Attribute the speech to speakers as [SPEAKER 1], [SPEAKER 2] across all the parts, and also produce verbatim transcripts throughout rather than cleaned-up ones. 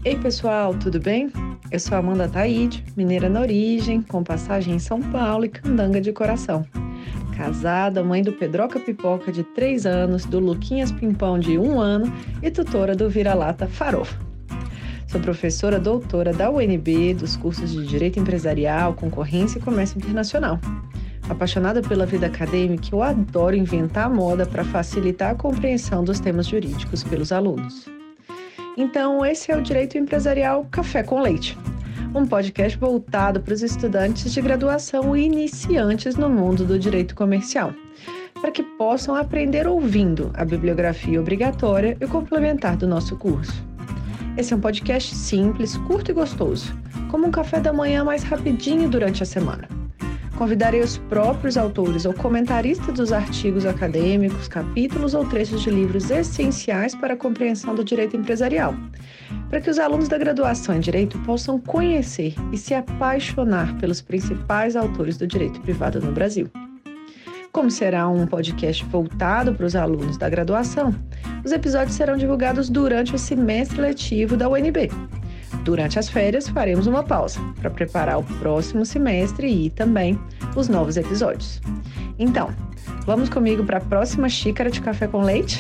[SPEAKER 1] Ei pessoal, tudo bem? Eu sou Amanda Taide, mineira na origem, com passagem em São Paulo e candanga de coração. Casada, mãe do Pedroca Pipoca de três anos, do Luquinhas Pimpão de um ano e tutora do Vira-Lata Farofa. Sou professora doutora da U N B, dos cursos de Direito Empresarial, Concorrência e Comércio Internacional. Apaixonada pela vida acadêmica, eu adoro inventar moda para facilitar a compreensão dos temas jurídicos pelos alunos. Então, esse é o Direito Empresarial Café com Leite, um podcast voltado para os estudantes de graduação e iniciantes no mundo do direito comercial, para que possam aprender ouvindo a bibliografia obrigatória e complementar do nosso curso. Esse é um podcast simples, curto e gostoso, como um café da manhã mais rapidinho durante a semana. Convidarei os próprios autores ou comentaristas dos artigos acadêmicos, capítulos ou trechos de livros essenciais para a compreensão do direito empresarial, para que os alunos da graduação em Direito possam conhecer e se apaixonar pelos principais autores do direito privado no Brasil. Como será um podcast voltado para os alunos da graduação, os episódios serão divulgados durante o semestre letivo da U N B. Durante as férias, faremos uma pausa para preparar o próximo semestre e também os novos episódios. Então, vamos comigo para a próxima xícara de café com leite?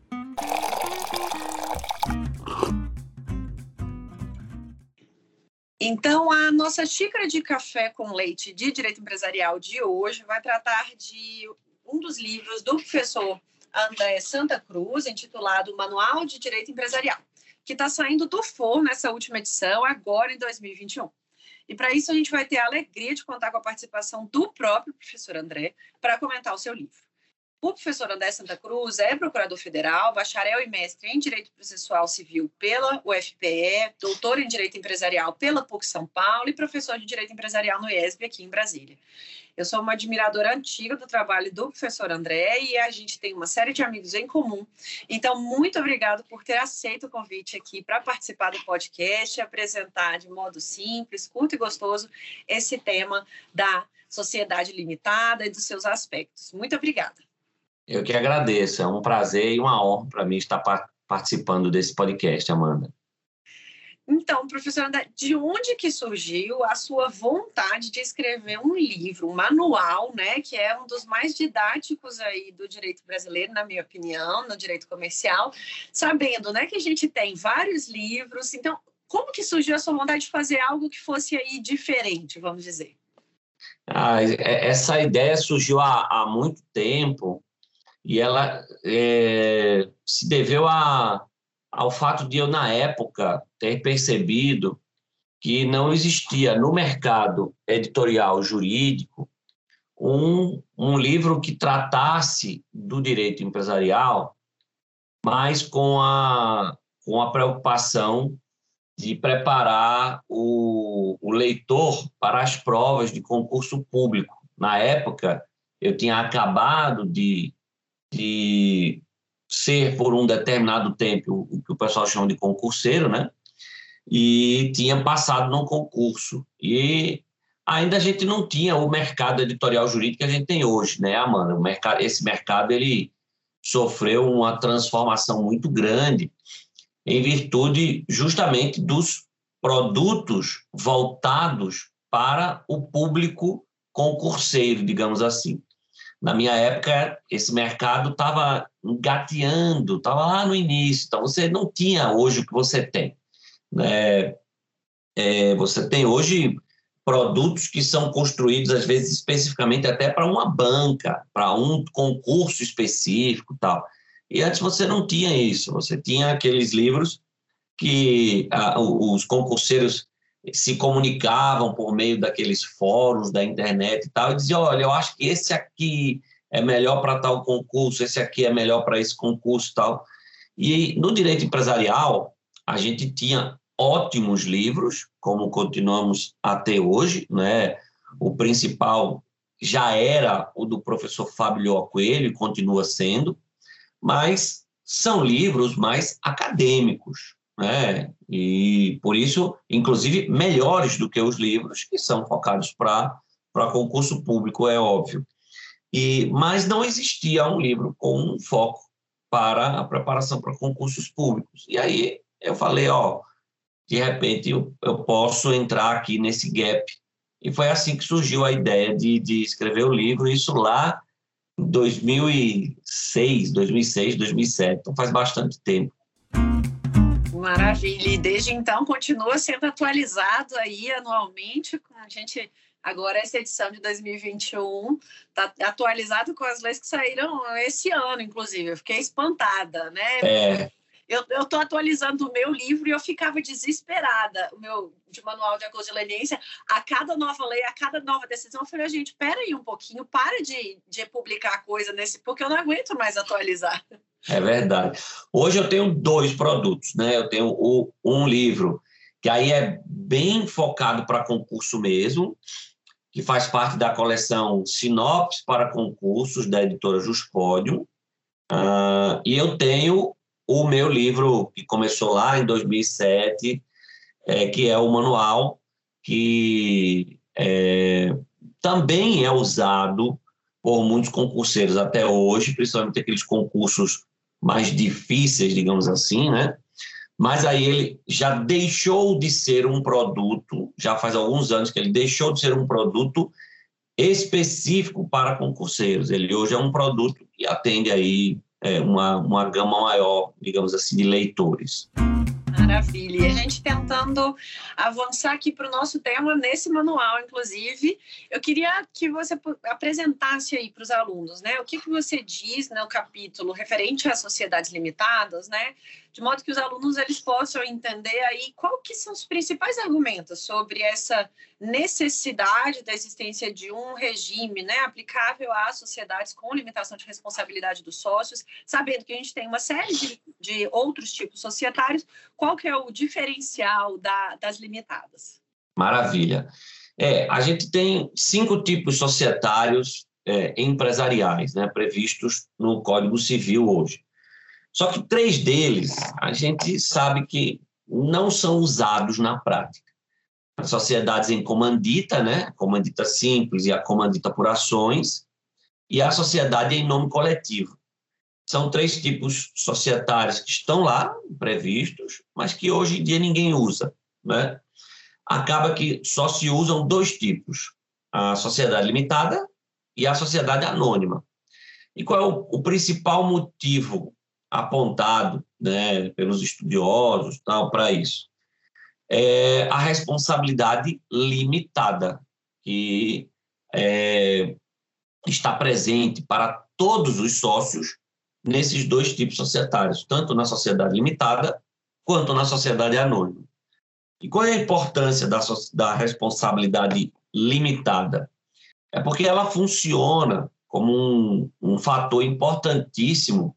[SPEAKER 1] Então, a nossa xícara de café com leite de Direito Empresarial de hoje vai tratar de um dos livros do professor André Santa Cruz, intitulado Manual de Direito Empresarial, que está saindo do forno nessa última edição, agora em dois mil e vinte e um. E para isso a gente vai ter a alegria de contar com a participação do próprio professor André para comentar o seu livro. O professor André Santa Cruz é procurador federal, bacharel e mestre em Direito Processual Civil pela U F P E, doutor em Direito Empresarial pela P U C São Paulo e professor de Direito Empresarial no I E S B aqui em Brasília. Eu sou uma admiradora antiga do trabalho do professor André e a gente tem uma série de amigos em comum. Então, muito obrigado por ter aceito o convite aqui para participar do podcast e apresentar de modo simples, curto e gostoso esse tema da sociedade limitada e dos seus aspectos. Muito obrigada.
[SPEAKER 2] Eu que agradeço, é um prazer e uma honra para mim estar participando desse podcast, Amanda.
[SPEAKER 1] Então, professor André, de onde que surgiu a sua vontade de escrever um livro, um manual, né, que é um dos mais didáticos aí do direito brasileiro, na minha opinião, no direito comercial, sabendo, né, que a gente tem vários livros. Então, como que surgiu a sua vontade de fazer algo que fosse aí diferente, vamos dizer?
[SPEAKER 2] Ah, essa ideia surgiu há, há muito tempo e ela é, se deveu a ao fato de eu, na época, ter percebido que não existia no mercado editorial jurídico um, um livro que tratasse do direito empresarial, mas com a, com a preocupação de preparar o, o leitor para as provas de concurso público. Na época, eu tinha acabado de... de ser por um determinado tempo o que o pessoal chama de concurseiro, né? E tinha passado num concurso. E ainda a gente não tinha o mercado editorial jurídico que a gente tem hoje, né, Amanda? O mercado, esse mercado ele sofreu uma transformação muito grande em virtude justamente dos produtos voltados para o público concurseiro, digamos assim. Na minha época, esse mercado estava engateando, estava lá no início, então você não tinha hoje o que você tem. É, é, você tem hoje produtos que são construídos, às vezes, especificamente até para uma banca, para um concurso específico e tal. E antes você não tinha isso, você tinha aqueles livros que ah, os concurseiros se comunicavam por meio daqueles fóruns da internet e tal, e diziam, olha, eu acho que esse aqui é melhor para tal concurso, esse aqui é melhor para esse concurso e tal. E no direito empresarial, a gente tinha ótimos livros, como continuamos a ter hoje, né? O principal já era o do professor Fábio Lioa Coelho, e continua sendo, mas são livros mais acadêmicos, né? E por isso, inclusive, melhores do que os livros que são focados para para concurso público, é óbvio. E, mas não existia um livro com um foco para a preparação para concursos públicos. E aí eu falei, ó, de repente eu, eu posso entrar aqui nesse gap. E foi assim que surgiu a ideia de, de escrever o livro, isso lá em dois mil e seis, dois mil e seis, dois mil e sete, então faz bastante tempo.
[SPEAKER 3] Maravilha, e desde então continua sendo atualizado aí anualmente, com a gente... Agora, essa edição de dois mil e vinte e um está atualizado com as leis que saíram esse ano, inclusive. Eu fiquei espantada, né?
[SPEAKER 2] É.
[SPEAKER 3] Eu estou atualizando o meu livro e eu ficava desesperada. O meu de manual de acordo de leniência, a cada nova lei, a cada nova decisão, eu falei, gente, espera aí um pouquinho, para de, de publicar coisa nesse, porque eu não aguento mais atualizar.
[SPEAKER 2] É verdade. Hoje eu tenho dois produtos, né? Eu tenho o, um livro que aí é bem focado para concurso mesmo, que faz parte da coleção Sinopse para Concursos, da editora Juspódio. Uh, e eu tenho o meu livro, que começou lá em dois mil e sete, é, que é o manual, que é, também é usado por muitos concurseiros até hoje, principalmente aqueles concursos mais difíceis, digamos assim, né? Mas aí ele já deixou de ser um produto, já faz alguns anos que ele deixou de ser um produto específico para concurseiros. Ele hoje é um produto que atende aí é, uma, uma gama maior, digamos assim, de leitores.
[SPEAKER 3] Maravilha. E a gente tentando avançar aqui para o nosso tema nesse manual, inclusive, eu queria que você apresentasse aí para os alunos, né? O que, que você diz no capítulo referente às sociedades limitadas, né? De modo que os alunos eles possam entender aí qual que são os principais argumentos sobre essa necessidade da existência de um regime, né, aplicável às sociedades com limitação de responsabilidade dos sócios, sabendo que a gente tem uma série de, de outros tipos societários. Qual que é o diferencial da, das limitadas?
[SPEAKER 2] Maravilha. É, a gente tem cinco tipos societários é, empresariais, né, previstos no Código Civil hoje. Só que três deles a gente sabe que não são usados na prática. As sociedades em comandita, né, comandita simples e a comandita por ações, e a sociedade em nome coletivo. São três tipos societários que estão lá, previstos, mas que hoje em dia ninguém usa, né? Acaba que só se usam dois tipos, a sociedade limitada e a sociedade anônima. E qual é o, o principal motivo apontado, né, pelos estudiosos para isso? É a responsabilidade limitada, que é, está presente para todos os sócios nesses dois tipos societários, tanto na sociedade limitada quanto na sociedade anônima. E qual é a importância da, da responsabilidade limitada? É porque ela funciona como um, um fator importantíssimo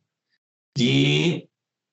[SPEAKER 2] de,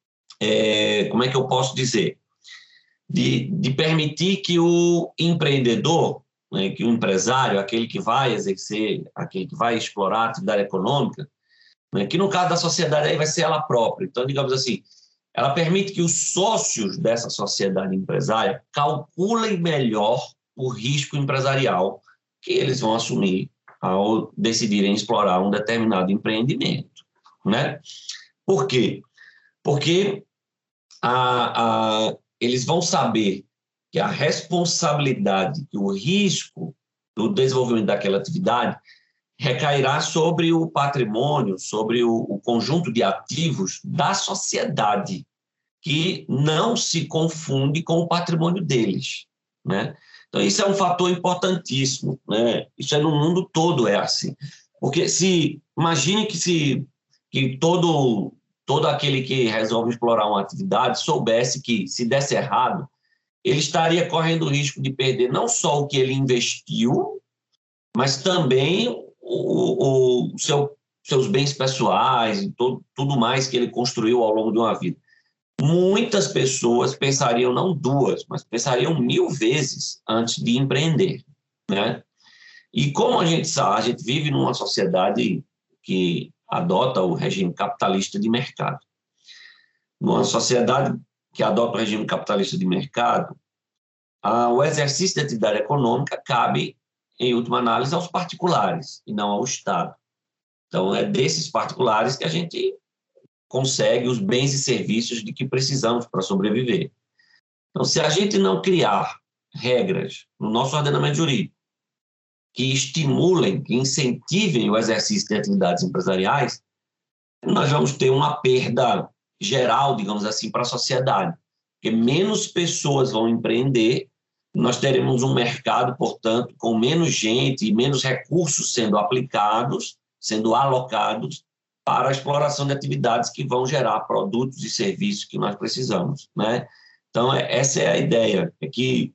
[SPEAKER 2] é, como é que eu posso dizer, de, de permitir que o empreendedor, né, que o empresário, aquele que vai exercer, aquele que vai explorar a atividade econômica, né, que no caso da sociedade aí vai ser ela própria. Então, digamos assim, ela permite que os sócios dessa sociedade empresária calculem melhor o risco empresarial que eles vão assumir ao decidirem explorar um determinado empreendimento, né? Por quê? Porque a, a, eles vão saber que a responsabilidade, que o risco do desenvolvimento daquela atividade recairá sobre o patrimônio, sobre o, o conjunto de ativos da sociedade, que não se confunde com o patrimônio deles, né? Então, isso é um fator importantíssimo, né? Isso é no mundo todo, é assim. Porque se imagine que se que todo, todo aquele que resolve explorar uma atividade soubesse que, se desse errado, ele estaria correndo o risco de perder não só o que ele investiu, mas também o, o, o seu, seus bens pessoais e todo, tudo mais que ele construiu ao longo de uma vida. Muitas pessoas pensariam, não duas, mas pensariam mil vezes antes de empreender, né? E como a gente sabe, a gente vive numa sociedade que adota o regime capitalista de mercado. Numa sociedade que adota o regime capitalista de mercado, a, o exercício da atividade econômica cabe, em última análise, aos particulares e não ao Estado. Então, é desses particulares que a gente consegue os bens e serviços de que precisamos para sobreviver. Então, se a gente não criar regras no nosso ordenamento jurídico que estimulem, que incentivem o exercício de atividades empresariais, nós vamos ter uma perda geral, digamos assim, para a sociedade. Porque menos pessoas vão empreender, nós teremos um mercado, portanto, com menos gente e menos recursos sendo aplicados, sendo alocados para a exploração de atividades que vão gerar produtos e serviços que nós precisamos, né? Então, essa é a ideia, é que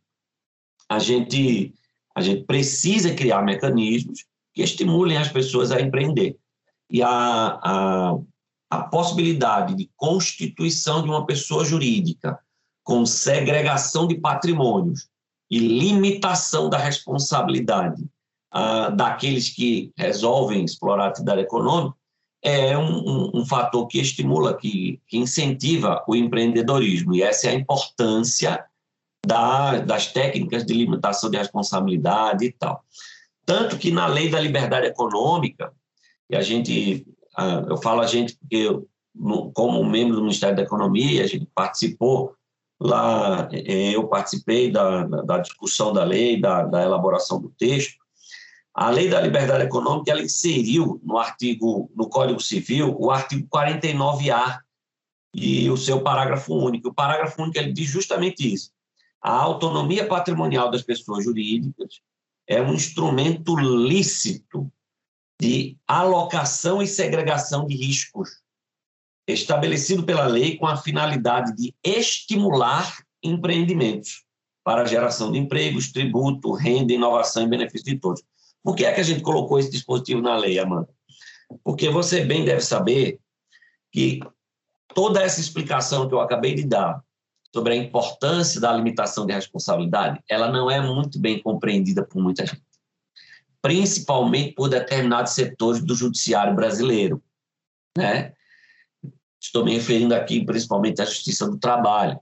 [SPEAKER 2] a gente, a gente precisa criar mecanismos que estimulem as pessoas a empreender. E a, a, a possibilidade de constituição de uma pessoa jurídica com segregação de patrimônios e limitação da responsabilidade ah, daqueles que resolvem explorar a atividade econômica é um, um, um fator que estimula, que, que incentiva o empreendedorismo. E essa é a importância da, das técnicas de limitação de responsabilidade e tal. Tanto que na Lei da Liberdade Econômica, e a gente, eu falo a gente porque eu, como membro do Ministério da Economia, a gente participou lá, eu participei da, da discussão da lei, da, da elaboração do texto. A Lei da Liberdade Econômica, ela inseriu no artigo, no Código Civil, o artigo quarenta e nove A e o seu parágrafo único. O parágrafo único ele diz justamente isso. A autonomia patrimonial das pessoas jurídicas é um instrumento lícito de alocação e segregação de riscos, estabelecido pela lei com a finalidade de estimular empreendimentos para a geração de empregos, tributo, renda, inovação e benefício de todos. Por que é que a gente colocou esse dispositivo na lei, Amanda? Porque você bem deve saber que toda essa explicação que eu acabei de dar sobre a importância da limitação de responsabilidade, ela não é muito bem compreendida por muita gente, principalmente por determinados setores do judiciário brasileiro, né? Estou me referindo aqui principalmente à Justiça do Trabalho.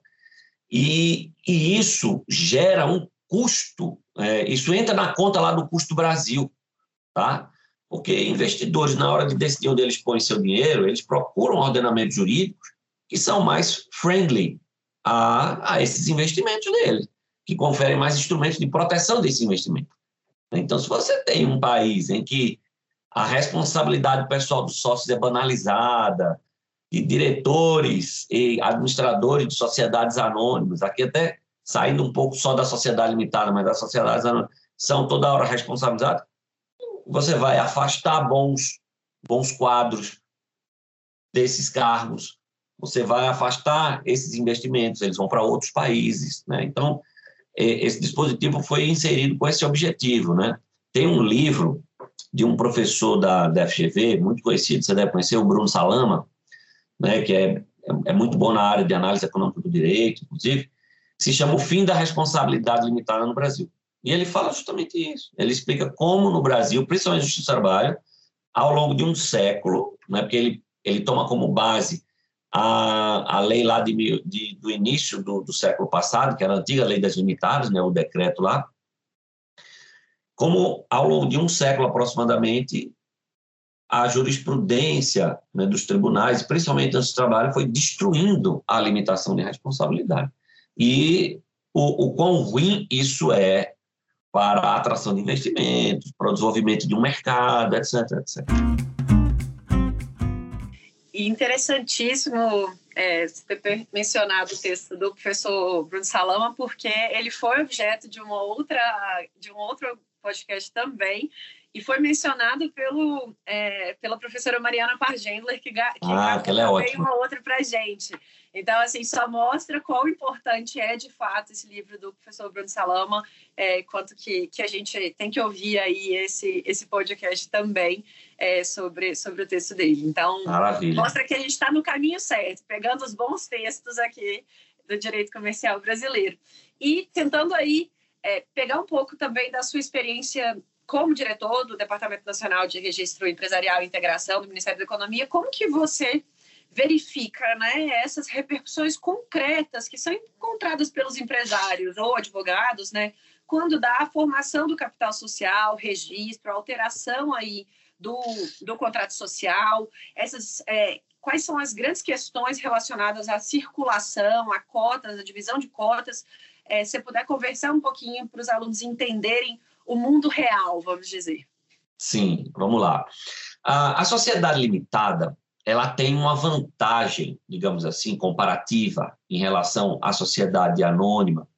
[SPEAKER 2] E, e isso gera um custo, é, isso entra na conta lá do custo Brasil, tá? Porque investidores, na hora de decidir onde eles põem seu dinheiro, eles procuram ordenamentos jurídicos que são mais friendly a, a esses investimentos deles, que conferem mais instrumentos de proteção desse investimento. Então, se você tem um país em que a responsabilidade pessoal dos sócios é banalizada, de diretores e administradores de sociedades anônimas, aqui até saindo um pouco só da sociedade limitada, mas das sociedades anônimas, são toda hora responsabilizados, você vai afastar bons, bons quadros desses cargos, você vai afastar esses investimentos, eles vão para outros países, né? Então, esse dispositivo foi inserido com esse objetivo, né? Tem um livro de um professor da, da F G V, muito conhecido, você deve conhecer, o Bruno Salama, né, que é, é muito bom na área de análise econômica do direito, inclusive, que se chama O Fim da Responsabilidade Limitada no Brasil. E ele fala justamente isso. Ele explica como no Brasil, principalmente na Justiça do Trabalho, ao longo de um século, né, porque ele, ele toma como base a, a lei lá de, de, do início do, do século passado, que era a antiga Lei das Limitadas, né, o decreto lá, como ao longo de um século aproximadamente, a jurisprudência, né, dos tribunais, principalmente antes do trabalho, foi destruindo a limitação de responsabilidade. E o, o quão ruim isso é para a atração de investimentos, para o desenvolvimento de um mercado, etc, etcétera.
[SPEAKER 3] E interessantíssimo é, você ter mencionado o texto do professor Bruno Salama, porque ele foi objeto de uma outra, de um outro podcast também, e foi mencionado pelo, é, pela professora Mariana Pargendler, que, que
[SPEAKER 2] ah, que ela é ótima.
[SPEAKER 3] Uma outra para a gente. Então, assim, só mostra quão importante é, de fato, esse livro do professor Bruno Salama, é, quanto que, que a gente tem que ouvir aí esse, esse podcast também é, sobre, sobre o texto dele. Então,
[SPEAKER 2] maravilha.
[SPEAKER 3] Mostra que a gente está no caminho certo, pegando os bons textos aqui do direito comercial brasileiro. E tentando aí é, pegar um pouco também da sua experiência como diretor do Departamento Nacional de Registro Empresarial e Integração do Ministério da Economia, como que você verifica, né, essas repercussões concretas que são encontradas pelos empresários ou advogados, né, quando dá a formação do capital social, registro, alteração aí do, do contrato social, essas, é, quais são as grandes questões relacionadas à circulação, a cotas, a divisão de cotas. É, se você puder conversar um pouquinho para os alunos entenderem o mundo real, vamos dizer.
[SPEAKER 2] Sim, vamos lá. A, a sociedade limitada, ela tem uma vantagem, digamos assim, comparativa em relação à sociedade anônima,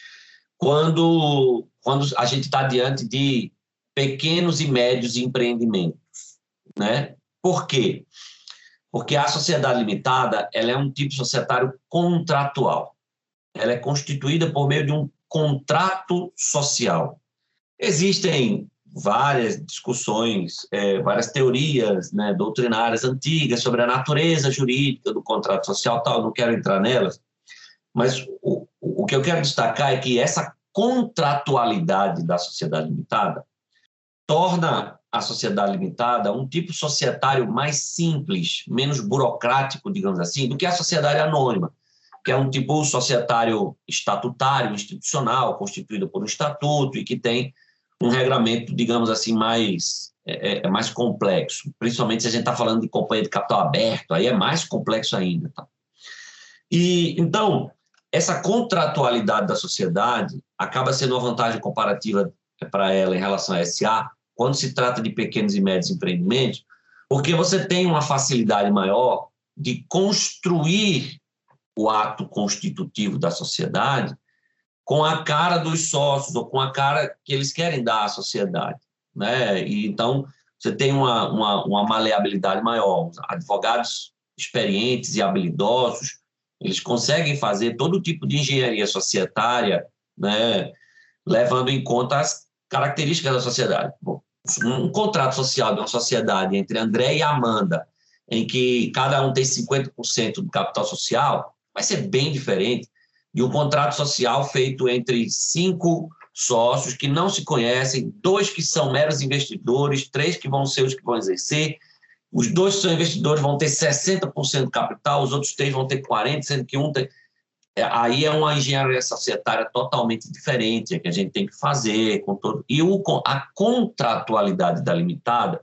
[SPEAKER 2] quando, quando a gente está diante de pequenos e médios empreendimentos, né? Por quê? Porque a sociedade limitada, ela é um tipo societário contratual. Ela é constituída por meio de um contrato social. Existem várias discussões, é, várias teorias, né, doutrinárias antigas sobre a natureza jurídica do contrato social, tal, não quero entrar nelas, mas o, o que eu quero destacar é que essa contratualidade da sociedade limitada torna a sociedade limitada um tipo societário mais simples, menos burocrático, digamos assim, do que a sociedade anônima, que é um tipo societário estatutário, institucional, constituído por um estatuto e que tem um regramento, digamos assim, mais, é, é mais complexo, principalmente se a gente está falando de companhia de capital aberto, aí é mais complexo ainda. Tá? E, então, essa contratualidade da sociedade acaba sendo uma vantagem comparativa para ela em relação à S A, quando se trata de pequenos e médios empreendimentos, porque você tem uma facilidade maior de construir o ato constitutivo da sociedade com a cara dos sócios ou com a cara que eles querem dar à sociedade, né? E, então, você tem uma, uma, uma maleabilidade maior. Os advogados experientes e habilidosos, eles conseguem fazer todo tipo de engenharia societária, né, levando em conta as características da sociedade. Bom, um contrato social de uma sociedade entre André e Amanda, em que cada um tem cinquenta por cento do capital social, vai ser bem diferente de um contrato social feito entre cinco sócios que não se conhecem, dois que são meros investidores, três que vão ser os que vão exercer. Os dois que são investidores vão ter sessenta por cento do capital, os outros três vão ter quarenta por cento, sendo que um tem... Aí é uma engenharia societária totalmente diferente, é que a gente tem que fazer. Com todo... E o, a contratualidade da limitada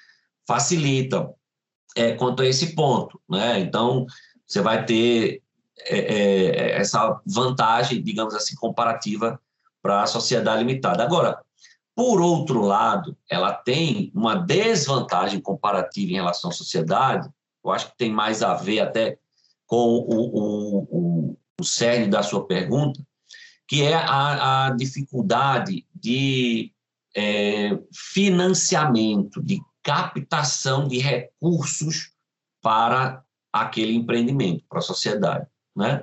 [SPEAKER 2] facilita é, quanto a esse ponto, né? Então, você vai ter é, é, essa vantagem, digamos assim, comparativa para a sociedade limitada. Agora, por outro lado, ela tem uma desvantagem comparativa em relação à sociedade, eu acho que tem mais a ver até com o, o, o, o cerne da sua pergunta, que é a, a dificuldade de é, financiamento, de captação de recursos para aquele empreendimento, para a sociedade, né?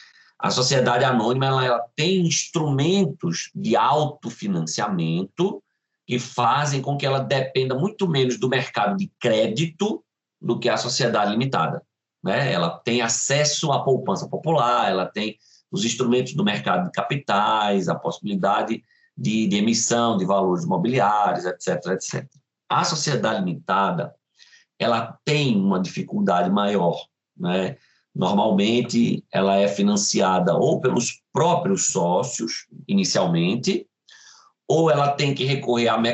[SPEAKER 2] A sociedade anônima ela, ela tem instrumentos de autofinanciamento que fazem com que ela dependa muito menos do mercado de crédito do que a sociedade limitada, né? Ela tem acesso à poupança popular, ela tem os instrumentos do mercado de capitais, a possibilidade de, de emissão de valores imobiliários, etc, etcétera. A sociedade limitada ela tem uma dificuldade maior, né? Normalmente, ela é financiada ou pelos próprios sócios, inicialmente, ou ela tem que recorrer a,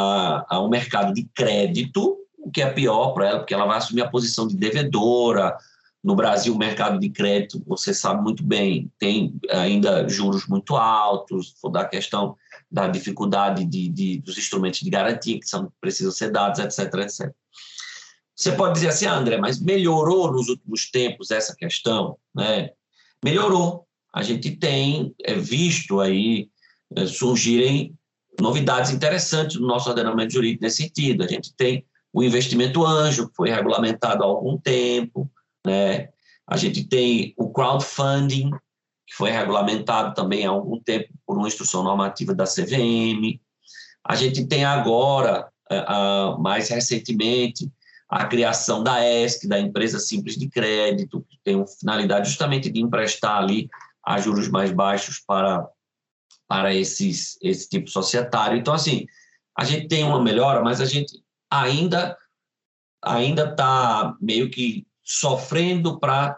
[SPEAKER 2] a, ao mercado de crédito, o que é pior para ela, porque ela vai assumir a posição de devedora. No Brasil, o mercado de crédito, você sabe muito bem, tem ainda juros muito altos, da questão da dificuldade de, de, dos instrumentos de garantia que são, precisam ser dados, etc, etcétera. Você pode dizer assim, ah, André, mas melhorou nos últimos tempos essa questão, né? Melhorou. A gente tem é, visto aí é, surgirem novidades interessantes no nosso ordenamento jurídico nesse sentido. A gente tem o investimento anjo, que foi regulamentado há algum tempo, né? A gente tem o crowdfunding, que foi regulamentado também há algum tempo por uma instrução normativa da C V M. A gente tem agora, mais recentemente, a criação da E S C, da Empresa Simples de Crédito, que tem a finalidade justamente de emprestar ali a juros mais baixos para, para esses, esse tipo societário. Então, assim, a gente tem uma melhora, mas a gente ainda ainda está meio que sofrendo para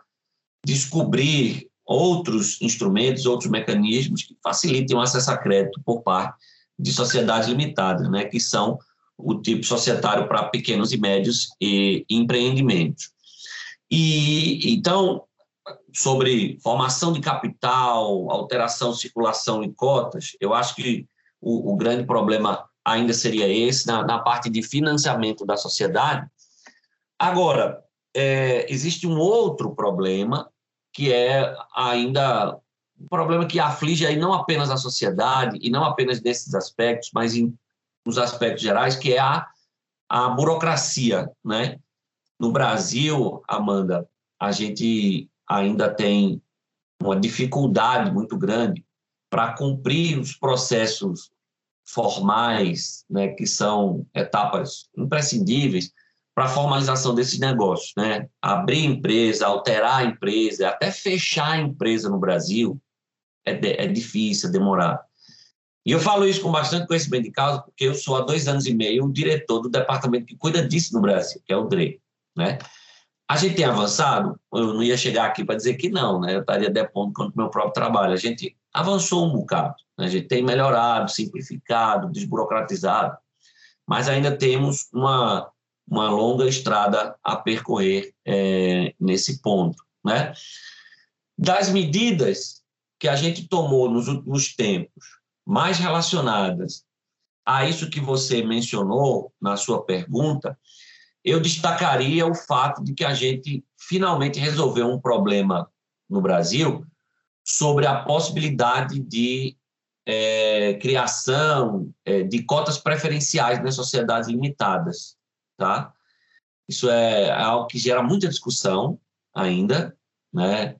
[SPEAKER 2] descobrir outros instrumentos, outros mecanismos que facilitem o acesso a crédito por parte de sociedades limitadas, né, que são o tipo societário para pequenos e médios e empreendimentos. E, então, sobre formação de capital, alteração, circulação e cotas, eu acho que o, o grande problema ainda seria esse, na, na parte de financiamento da sociedade. Agora, é, existe um outro problema, que é ainda um problema que aflige aí não apenas a sociedade, e não apenas nesses aspectos, mas em, nos aspectos gerais, que é a, a burocracia, né? No Brasil, Amanda, a gente ainda tem uma dificuldade muito grande para cumprir os processos formais, né, que são etapas imprescindíveis para a formalização desses negócios, né? Abrir empresa, alterar a empresa, até fechar a empresa no Brasil é, de, é difícil, é demorado. E eu falo isso com bastante conhecimento de causa, porque eu sou há dois anos e meio o diretor do departamento que cuida disso no Brasil, que é o D R E, né? A gente tem avançado, eu não ia chegar aqui para dizer que não, né? Eu estaria depondo contra o meu próprio trabalho. A gente avançou um bocado, né? A gente tem melhorado, simplificado, desburocratizado, mas ainda temos uma, uma longa estrada a percorrer é, nesse ponto, né? Das medidas que a gente tomou nos últimos tempos, mais relacionadas a isso que você mencionou na sua pergunta, eu destacaria o fato de que a gente finalmente resolveu um problema no Brasil sobre a possibilidade de é, criação é, de cotas preferenciais nas sociedades limitadas, tá? Isso é algo que gera muita discussão ainda, né?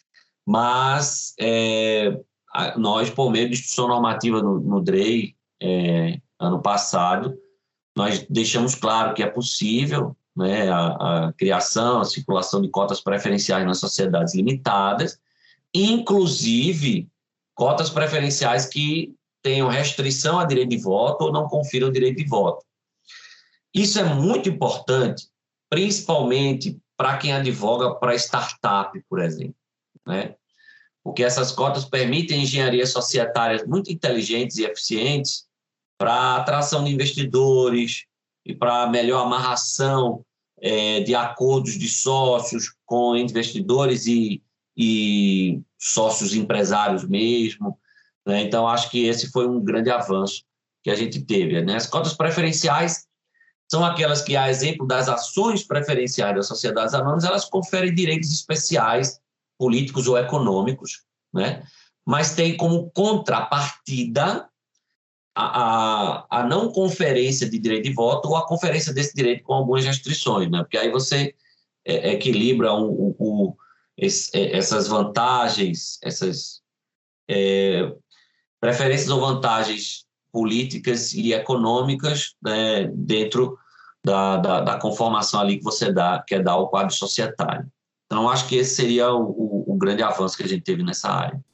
[SPEAKER 2] Mas é, nós, por meio de instituição normativa no, no D R E I, é, ano passado, nós deixamos claro que é possível, né, a, a criação, a circulação de cotas preferenciais nas sociedades limitadas, inclusive cotas preferenciais que tenham restrição a direito de voto ou não confiram direito de voto. Isso é muito importante, principalmente para quem advoga para startup, por exemplo, né? Porque essas cotas permitem engenharias societárias muito inteligentes e eficientes para atração de investidores e para melhor amarração é, de acordos de sócios com investidores e, e sócios empresários mesmo, né? Então, acho que esse foi um grande avanço que a gente teve, né? As cotas preferenciais são aquelas que, a exemplo das ações preferenciais das sociedades anônimas, elas conferem direitos especiais, políticos ou econômicos, né? Mas tem como contrapartida A, a, a não conferência de direito de voto ou a conferência desse direito com algumas restrições, né? Porque aí você é, equilibra o, o, o, esse, essas vantagens, essas é, preferências ou vantagens políticas e econômicas, né, dentro da, da, da conformação ali que você dá, quer dar ao quadro societário. Então, acho que esse seria o, o, o grande avanço que a gente teve nessa área.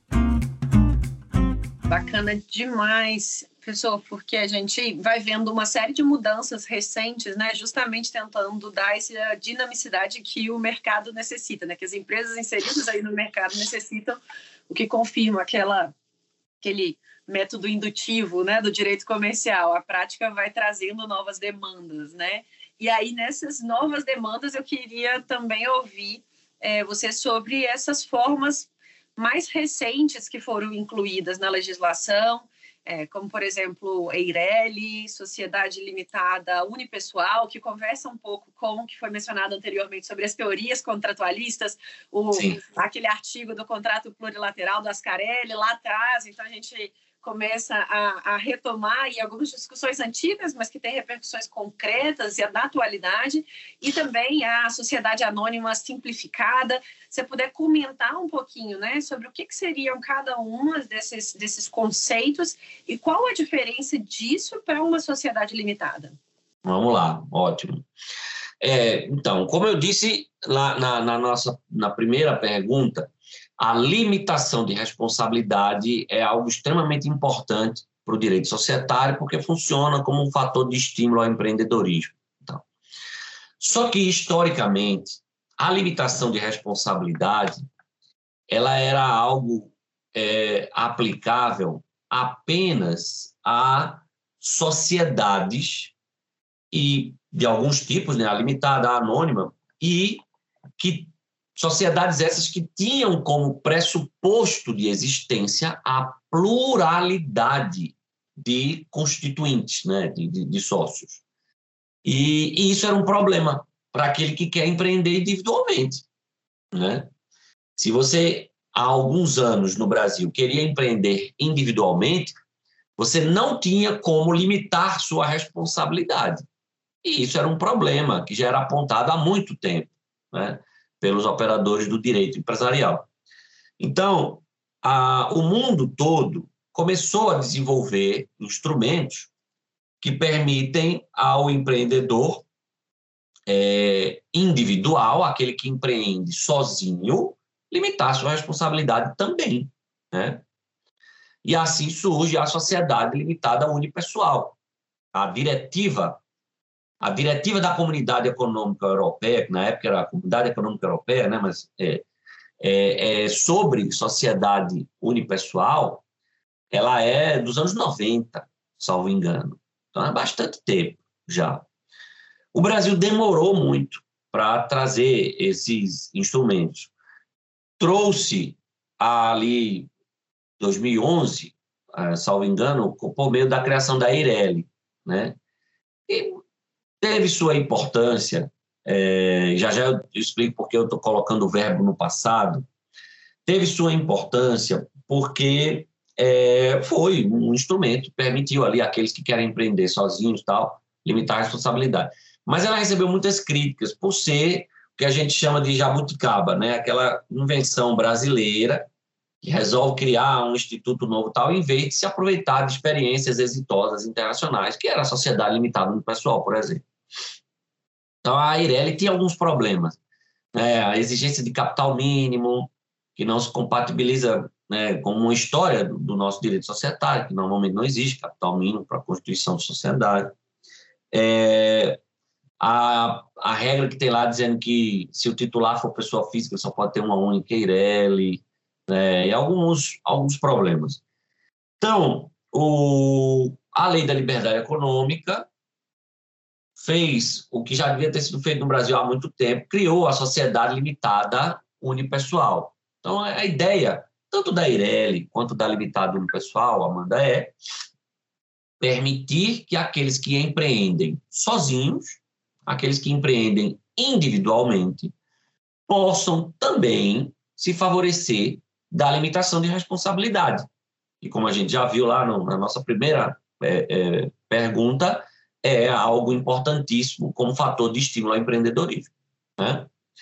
[SPEAKER 3] Bacana demais, professor, porque a gente vai vendo uma série de mudanças recentes, né, justamente tentando dar essa dinamicidade que o mercado necessita, né, que as empresas inseridas aí no mercado necessitam, o que confirma aquela, aquele método indutivo, né, do direito comercial. A prática vai trazendo novas demandas, né? E aí, nessas novas demandas, eu queria também ouvir é, você sobre essas formas mais recentes que foram incluídas na legislação, é, como, por exemplo, EIRELI, Sociedade Limitada Unipessoal, que conversa um pouco com o que foi mencionado anteriormente sobre as teorias contratualistas, o, aquele artigo do contrato plurilateral do Ascarelli lá atrás. Então, a gente começa a, a retomar e algumas discussões antigas, mas que têm repercussões concretas e da atualidade, e também a sociedade anônima simplificada. Se você puder comentar um pouquinho, né, sobre o que, que seriam cada um desses, desses conceitos e qual a diferença disso para uma sociedade limitada.
[SPEAKER 2] Vamos lá, ótimo. É, então, como eu disse lá na, na, nossa, na primeira pergunta, a limitação de responsabilidade é algo extremamente importante para o direito societário, porque funciona como um fator de estímulo ao empreendedorismo. Então, só que, historicamente, a limitação de responsabilidade ela era algo é, aplicável apenas a sociedades e de alguns tipos, né, a limitada, a anônima, e que sociedades essas que tinham como pressuposto de existência a pluralidade de constituintes, né, de, de, de sócios. E, e isso era um problema para aquele que quer empreender individualmente, né? Se você, há alguns anos no Brasil, queria empreender individualmente, você não tinha como limitar sua responsabilidade. E isso era um problema que já era apontado há muito tempo, né, pelos operadores do direito empresarial. Então, a, o mundo todo começou a desenvolver instrumentos que permitem ao empreendedor é, individual, aquele que empreende sozinho, limitar sua responsabilidade também, né? E assim surge a sociedade limitada unipessoal. A diretiva, a diretiva da Comunidade Econômica Europeia, que na época era a Comunidade Econômica Europeia, né, mas é, é, é sobre sociedade unipessoal, ela é dos anos noventa, salvo engano. Então é bastante tempo já. O Brasil demorou muito para trazer esses instrumentos. Trouxe ali dois mil e onze, salvo engano, por meio da criação da Eireli, né? E teve sua importância, é, já já eu explico porque eu estou colocando o verbo no passado, teve sua importância porque é, foi um instrumento que permitiu ali àqueles que querem empreender sozinhos, tal, limitar a responsabilidade. Mas ela recebeu muitas críticas por ser o que a gente chama de jabuticaba, né? Aquela invenção brasileira que resolve criar um instituto novo tal, em vez de se aproveitar de experiências exitosas internacionais, que era a sociedade limitada no pessoal, por exemplo. Então, a Eireli tinha alguns problemas, né? A exigência de capital mínimo, que não se compatibiliza, né, com uma história do, do nosso direito societário, que normalmente não existe capital mínimo para a constituição de sociedade. É, a, a regra que tem lá dizendo que se o titular for pessoa física, só pode ter uma única Eireli, né, e alguns, alguns problemas. Então, o, a Lei da Liberdade Econômica fez o que já devia ter sido feito no Brasil há muito tempo, criou a sociedade limitada unipessoal. Então, a ideia, tanto da Eireli quanto da limitada unipessoal, Amanda, é permitir que aqueles que empreendem sozinhos, aqueles que empreendem individualmente, possam também se favorecer da limitação de responsabilidade. E como a gente já viu lá no, na nossa primeira é, é, pergunta, é algo importantíssimo como fator de estímulo ao empreendedorismo, né?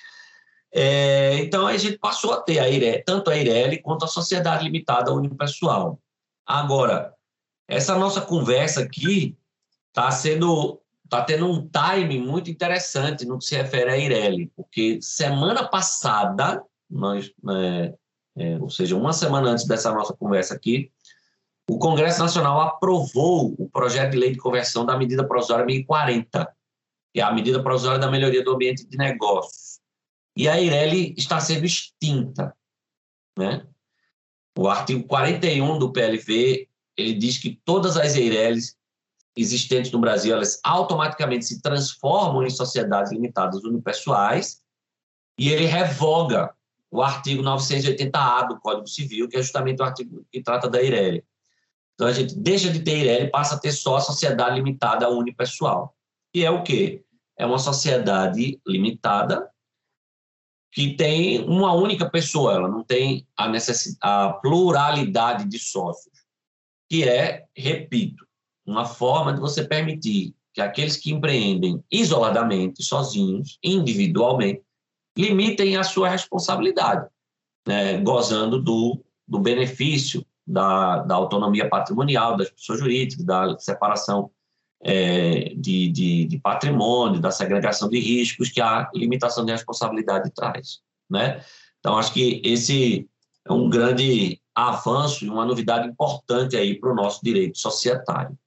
[SPEAKER 2] É, então, a gente passou a ter a Eireli, tanto a Eireli quanto a Sociedade Limitada Unipessoal. Agora, essa nossa conversa aqui está sendo, está tendo um time muito interessante no que se refere a Eireli, porque semana passada, nós, é, é, ou seja, uma semana antes dessa nossa conversa aqui, o Congresso Nacional aprovou o projeto de lei de conversão da medida provisória mil e quarenta, que é a medida provisória da melhoria do ambiente de negócios. E a Eireli está sendo extinta, né? O artigo quarenta e um do P L V, ele diz que todas as Eirelis existentes no Brasil, elas automaticamente se transformam em sociedades limitadas unipessoais, e ele revoga o artigo novecentos e oitenta A do Código Civil, que é justamente o artigo que trata da Eireli. Então, a gente deixa de ter Eireli e passa a ter só a sociedade limitada unipessoal. E é o quê? É uma sociedade limitada que tem uma única pessoa, ela não tem a, necess... a pluralidade de sócios, que é, repito, uma forma de você permitir que aqueles que empreendem isoladamente, sozinhos, individualmente, limitem a sua responsabilidade, né, gozando do, do benefício da, da autonomia patrimonial das pessoas jurídicas, da separação é, de, de, de patrimônio, da segregação de riscos que a limitação de responsabilidade traz, né? Então, acho que esse é um grande avanço e uma novidade importante aí para o nosso direito societário.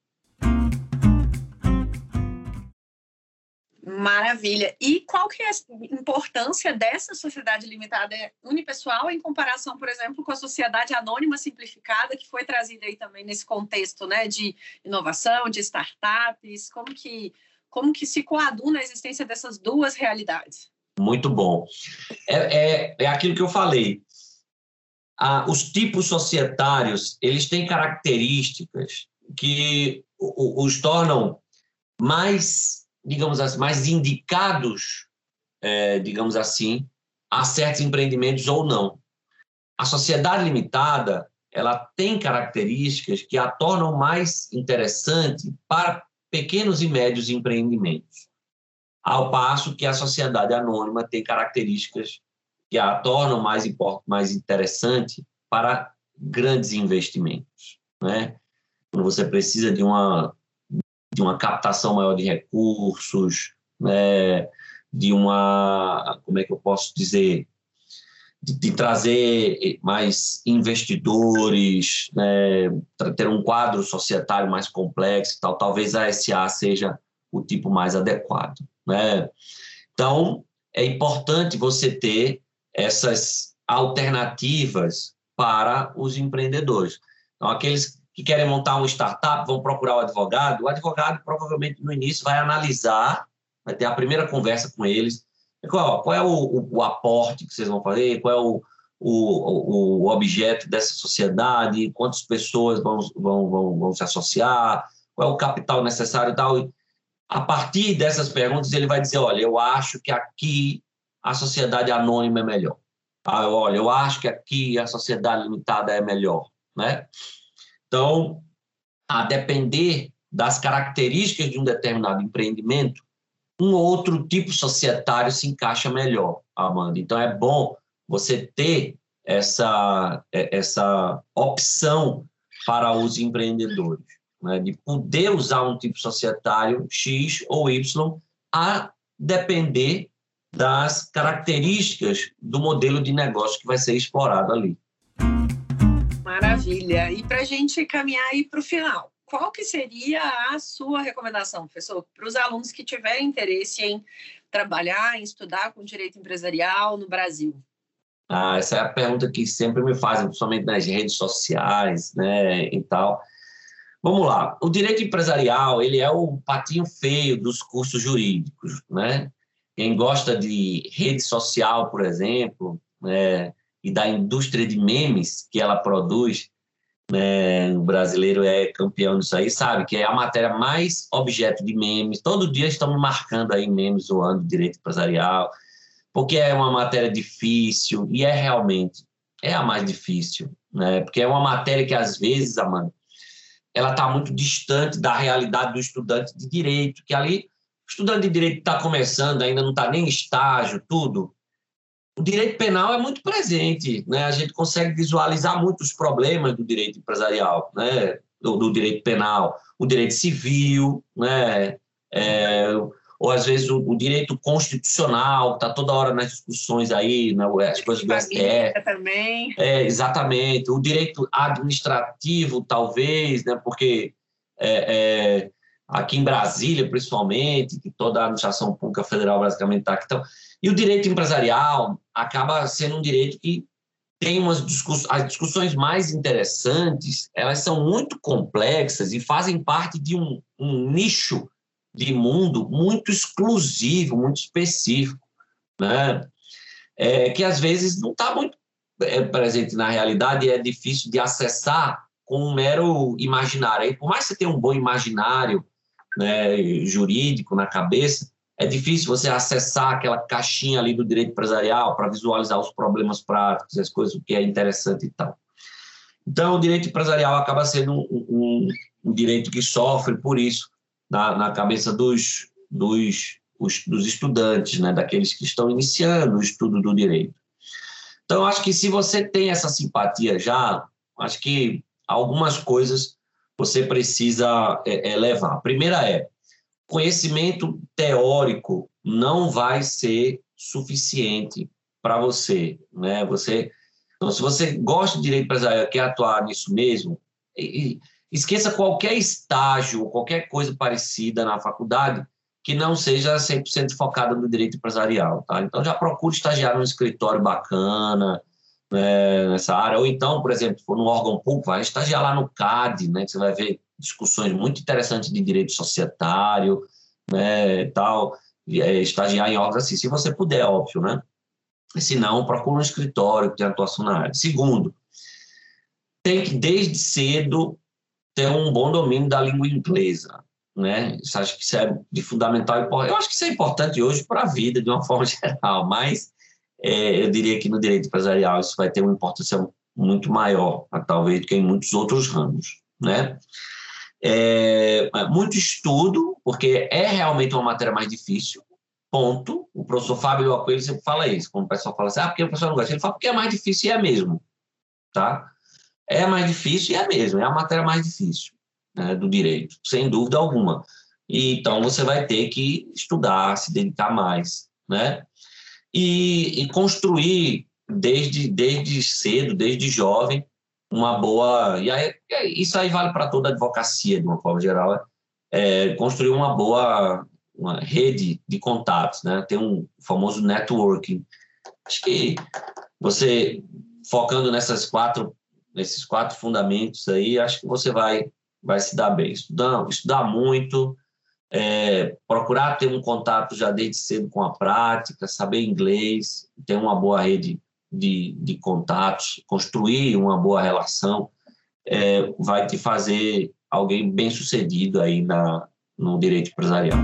[SPEAKER 3] Maravilha. E qual que é a importância dessa sociedade limitada unipessoal em comparação, por exemplo, com a sociedade anônima simplificada, que foi trazida aí também nesse contexto, né, de inovação, de startups? Como que, como que se coaduna a existência dessas duas realidades?
[SPEAKER 2] Muito bom. É, é, é aquilo que eu falei. Ah, os tipos societários, eles têm características que os tornam mais, digamos assim, mais indicados, é, digamos assim, a certos empreendimentos ou não. A sociedade limitada, ela tem características que a tornam mais interessante para pequenos e médios empreendimentos, ao passo que a sociedade anônima tem características que a tornam mais, mais interessante para grandes investimentos, né? Quando você precisa de uma, de uma captação maior de recursos, né? De uma, como é que eu posso dizer, de, de trazer mais investidores, né? Ter um quadro societário mais complexo e tal, talvez a S A seja o tipo mais adequado, né? Então, é importante você ter essas alternativas para os empreendedores. Então, aqueles que querem montar uma startup vão procurar o advogado. O advogado, provavelmente, no início, vai analisar, vai ter a primeira conversa com eles. Qual, qual é o, o, o aporte que vocês vão fazer? Qual é o, o, o objeto dessa sociedade? Quantas pessoas vão, vão, vão, vão se associar? Qual é o capital necessário e tal? A partir dessas perguntas, ele vai dizer, olha, eu acho que aqui a sociedade anônima é melhor. Ah, olha, eu acho que aqui a sociedade limitada é melhor, né? Então, a depender das características de um determinado empreendimento, um outro tipo societário se encaixa melhor, Amanda. Então, é bom você ter essa, essa opção para os empreendedores, né, de poder usar um tipo societário X ou Y a depender das características do modelo de negócio que vai ser explorado ali.
[SPEAKER 3] Maravilha. E para a gente caminhar aí para o final, qual que seria a sua recomendação, professor, para os alunos que tiverem interesse em trabalhar, em estudar com direito empresarial no Brasil?
[SPEAKER 2] Ah, essa é a pergunta que sempre me fazem, principalmente nas redes sociais, né, e tal. Vamos lá. O direito empresarial, ele é o patinho feio dos cursos jurídicos, né? Quem gosta de rede social, por exemplo, né, e da indústria de memes que ela produz, né, o brasileiro é campeão disso aí, sabe? Que é a matéria mais objeto de memes. Todo dia estamos marcando aí memes zoando direito empresarial, porque é uma matéria difícil, e é realmente, é a mais difícil, né? Porque é uma matéria que, às vezes, Amanda, ela está muito distante da realidade do estudante de direito, que ali, o estudante de direito está começando, ainda não está nem em estágio, tudo. O direito penal é muito presente, né? A gente consegue visualizar muito os problemas do direito empresarial, né? do, do direito penal, o direito civil, né? É, ou às vezes o, o direito constitucional, que está toda hora nas discussões aí, né? As coisas do S T F.
[SPEAKER 3] Também.
[SPEAKER 2] É, exatamente. O direito administrativo, talvez, né? Porque é, é, aqui em Brasília, principalmente, que toda a administração pública federal basicamente está aqui. Então, e o direito empresarial acaba sendo um direito que tem umas discussões, as discussões mais interessantes, elas são muito complexas e fazem parte de um, um nicho de mundo muito exclusivo, muito específico, né? É, que às vezes não está muito é, presente na realidade e é difícil de acessar com um mero imaginário. Aí, por mais que você tenha um bom imaginário, né, jurídico na cabeça, é difícil você acessar aquela caixinha ali do direito empresarial para visualizar os problemas práticos, as coisas, o que é interessante e tal. Então, o direito empresarial acaba sendo um, um, um direito que sofre por isso na, na cabeça dos, dos, os, dos estudantes, né, daqueles que estão iniciando o estudo do direito. Então, acho que se você tem essa simpatia já, acho que algumas coisas você precisa é, é, levar. A primeira é, conhecimento teórico não vai ser suficiente para você, né? Você, então, se você gosta de direito empresarial e quer atuar nisso mesmo, esqueça qualquer estágio, qualquer coisa parecida na faculdade que não seja cem por cento focada no direito empresarial, tá? Então, já procure estagiar num escritório bacana, né, nessa área, ou então, por exemplo, se for num órgão público, vai estagiar lá no C A D, né, que você vai ver discussões muito interessantes de direito societário, né, tal, é, estagiar em órgãos assim, se você puder, óbvio, né? Se não, procura um escritório que tenha atuação na área. Segundo, tem que, desde cedo, ter um bom domínio da língua inglesa, né? Isso, acho que isso é de fundamental importância. Eu acho que isso é importante hoje para a vida, de uma forma geral, mas é, eu diria que no direito empresarial isso vai ter uma importância muito maior, talvez, do que em muitos outros ramos, né? É, muito estudo, porque é realmente uma matéria mais difícil, ponto. O professor Fábio Coelho sempre fala isso, quando o pessoal fala assim, ah, porque o professor não gosta? Ele fala, porque é mais difícil e é mesmo, tá? É mais difícil e é mesmo, é a matéria mais difícil, né, do direito, sem dúvida alguma. E, então, você vai ter que estudar, se dedicar mais, né? E, e construir desde, desde cedo, desde jovem, uma boa... E aí, isso aí vale para toda a advocacia, de uma forma geral, é construir uma boa uma rede de contatos, né? Tem um famoso networking. Acho que você, focando nessas quatro, nesses quatro fundamentos aí, acho que você vai, vai se dar bem. Estudar, estudar muito, é, procurar ter um contato já desde cedo com a prática, saber inglês, ter uma boa rede de, de contatos, construir uma boa relação, é, vai te fazer alguém bem-sucedido aí na, no direito empresarial.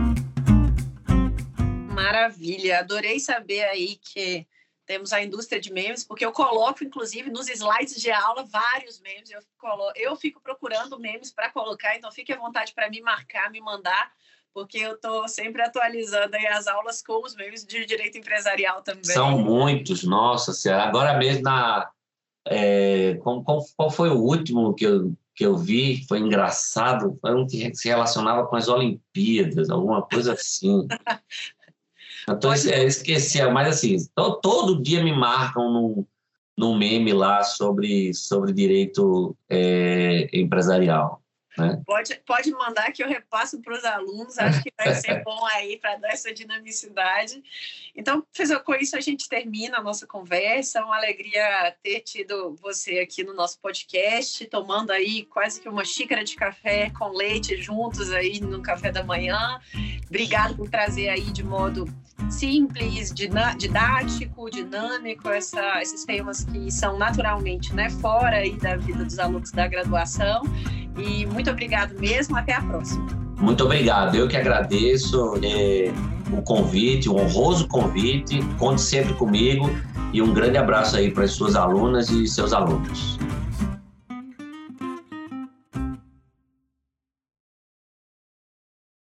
[SPEAKER 3] Maravilha, adorei saber aí que temos a indústria de memes, porque eu coloco, inclusive, nos slides de aula, vários memes, eu, colo... eu fico procurando memes para colocar, então fique à vontade para me marcar, me mandar, porque eu estou sempre atualizando aí as aulas com os memes de direito empresarial também.
[SPEAKER 2] São muitos, nossa senhora. Agora mesmo, na, é, qual, qual foi o último que eu, que eu vi? Foi engraçado, foi um que se relacionava com as Olimpíadas, alguma coisa assim. Então, eu esqueci, mas assim, to, todo dia me marcam num, num meme lá sobre, sobre direito é, empresarial. Né?
[SPEAKER 3] Pode, pode mandar que eu repasso para os alunos, acho que vai ser bom aí para dar essa dinamicidade. Então, com isso a gente termina a nossa conversa, uma alegria ter tido você aqui no nosso podcast, tomando aí quase que uma xícara de café com leite juntos aí no café da manhã. Obrigado por trazer aí de modo simples, didático, dinâmico, essa, esses temas que são naturalmente, né, fora aí da vida dos alunos da graduação. E muito obrigado mesmo, até a próxima.
[SPEAKER 2] Muito obrigado, eu que agradeço é, o convite, o honroso convite, conte sempre comigo e um grande abraço aí para as suas alunas e seus alunos.